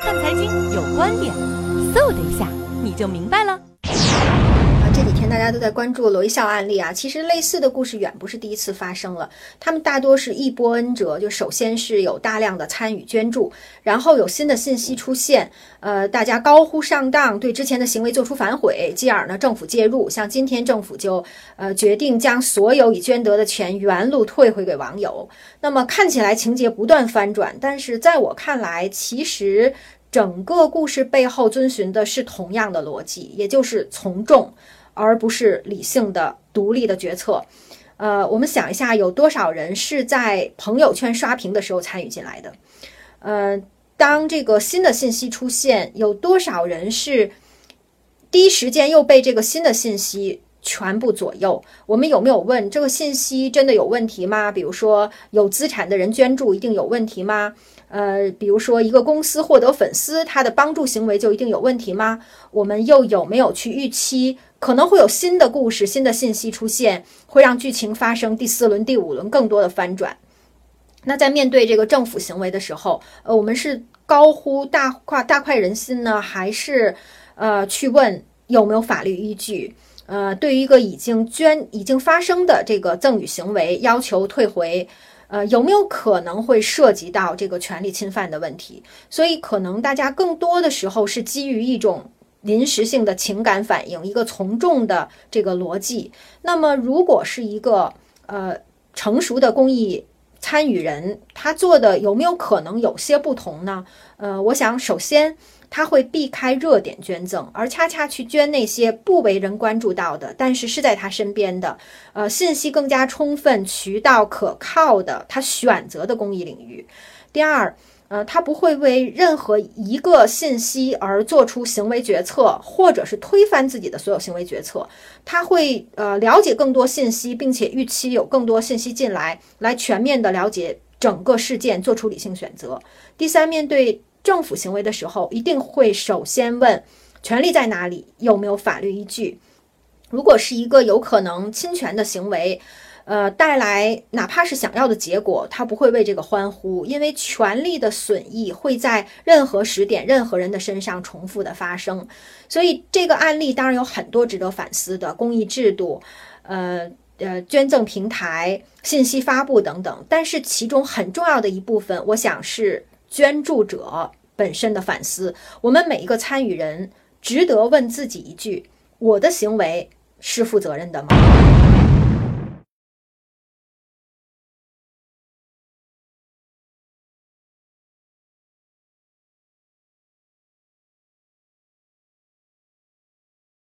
看财经有观点，嗖的一下你就明白了。 这几天大家都在关注罗一笑案例啊，其实类似的故事远不是第一次发生了，他们大多是一波恩折，就首先是有大量的参与捐助，然后有新的信息出现，大家高呼上当，对之前的行为做出反悔，继而呢政府介入，像今天政府就决定将所有已捐得的钱原路退回给网友。那么看起来情节不断翻转，但是在我看来，其实整个故事背后遵循的是同样的逻辑，也就是从众，而不是理性的独立的决策。我们想一下，有多少人是在朋友圈刷屏的时候参与进来的？当这个新的信息出现，有多少人是第一时间又被这个新的信息全部左右？我们有没有问这个信息真的有问题吗？比如说有资产的人捐助一定有问题吗？比如说一个公司获得粉丝，他的帮助行为就一定有问题吗？我们又有没有去预期可能会有新的故事、新的信息出现，会让剧情发生第4轮、第5轮更多的翻转？那在面对这个政府行为的时候，我们是高呼大快人心呢，还是去问有没有法律依据？对于一个已经发生的这个赠与行为要求退回，有没有可能会涉及到这个权利侵犯的问题？所以可能大家更多的时候是基于一种临时性的情感反应，一个从众的这个逻辑。那么如果是一个成熟的公益参与人，他做的有没有可能有些不同呢？我想首先他会避开热点捐赠，而恰恰去捐那些不为人关注到的，但是在他身边的，信息更加充分、渠道可靠的他选择的公益领域。第二，他不会为任何一个信息而做出行为决策，或者是推翻自己的所有行为决策。他会了解更多信息，并且预期有更多信息进来全面的了解整个事件，做出理性选择。第三，面对政府行为的时候，一定会首先问权利在哪里，有没有法律依据。如果是一个有可能侵权的行为，带来哪怕是想要的结果，他不会为这个欢呼，因为权利的损益会在任何时点、任何人的身上重复的发生。所以这个案例当然有很多值得反思的公益制度，捐赠平台、信息发布等等，但是其中很重要的一部分，我想是捐助者本身的反思。我们每一个参与人值得问自己一句：我的行为是负责任的吗？